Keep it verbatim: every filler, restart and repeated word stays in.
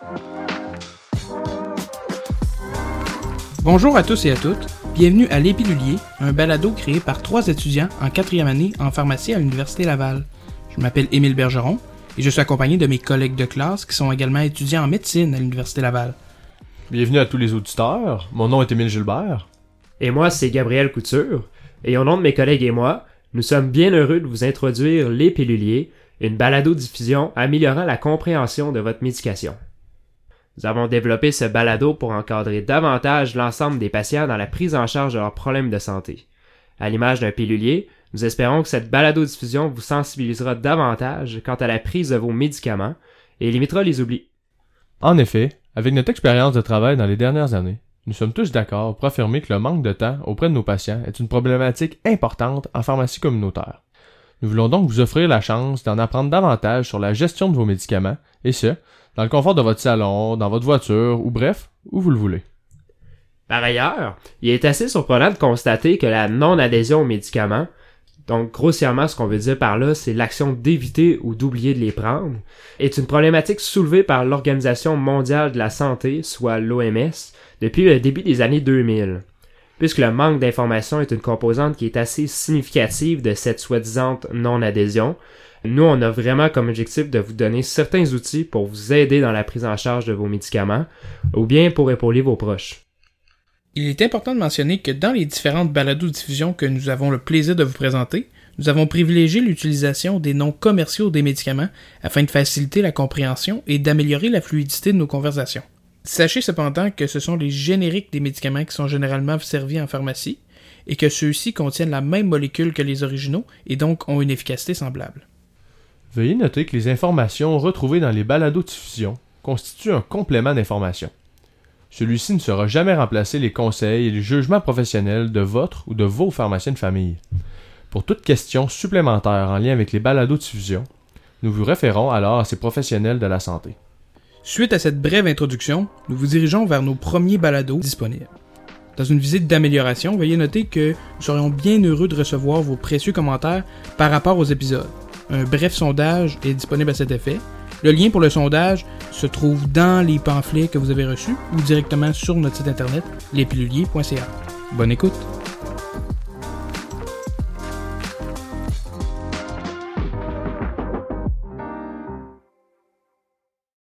Bonjour à tous et à toutes, bienvenue à Les Piluliers, un balado créé par trois étudiants en quatrième année en pharmacie à l'Université Laval. Je m'appelle Émile Bergeron et je suis accompagné de mes collègues de classe qui sont également étudiants en médecine à l'Université Laval. Bienvenue à tous les auditeurs, mon nom est Émile Gilbert. Et moi, c'est Gabriel Couture. Et au nom de mes collègues et moi, nous sommes bien heureux de vous introduire Les Piluliers, une balado-diffusion améliorant la compréhension de votre médication. Nous avons développé ce balado pour encadrer davantage l'ensemble des patients dans la prise en charge de leurs problèmes de santé. À l'image d'un pilulier, nous espérons que cette balado-diffusion vous sensibilisera davantage quant à la prise de vos médicaments et limitera les oublis. En effet, avec notre expérience de travail dans les dernières années, nous sommes tous d'accord pour affirmer que le manque de temps auprès de nos patients est une problématique importante en pharmacie communautaire. Nous voulons donc vous offrir la chance d'en apprendre davantage sur la gestion de vos médicaments, et ce, dans le confort de votre salon, dans votre voiture, ou bref, où vous le voulez. Par ailleurs, il est assez surprenant de constater que la non-adhésion aux médicaments, donc grossièrement ce qu'on veut dire par là, c'est l'action d'éviter ou d'oublier de les prendre, est une problématique soulevée par l'Organisation mondiale de la santé, soit l'O M S, depuis le début des années deux mille. Puisque le manque d'information est une composante qui est assez significative de cette soi-disant non-adhésion, nous, on a vraiment comme objectif de vous donner certains outils pour vous aider dans la prise en charge de vos médicaments, ou bien pour épauler vos proches. Il est important de mentionner que dans les différentes balados-diffusions que nous avons le plaisir de vous présenter, nous avons privilégié l'utilisation des noms commerciaux des médicaments afin de faciliter la compréhension et d'améliorer la fluidité de nos conversations. Sachez cependant que ce sont les génériques des médicaments qui sont généralement servis en pharmacie et que ceux-ci contiennent la même molécule que les originaux et donc ont une efficacité semblable. Veuillez noter que les informations retrouvées dans les balados-diffusions constituent un complément d'information. Celui-ci ne saura jamais remplacer les conseils et les jugements professionnels de votre ou de vos pharmaciens de famille. Pour toute question supplémentaire en lien avec les balados-diffusions, nous vous référons alors à ces professionnels de la santé. Suite à cette brève introduction, nous vous dirigeons vers nos premiers balados disponibles. Dans une visite d'amélioration, veuillez noter que nous serions bien heureux de recevoir vos précieux commentaires par rapport aux épisodes. Un bref sondage est disponible à cet effet. Le lien pour le sondage se trouve dans les pamphlets que vous avez reçus ou directement sur notre site internet les piluliers point c a. Bonne écoute!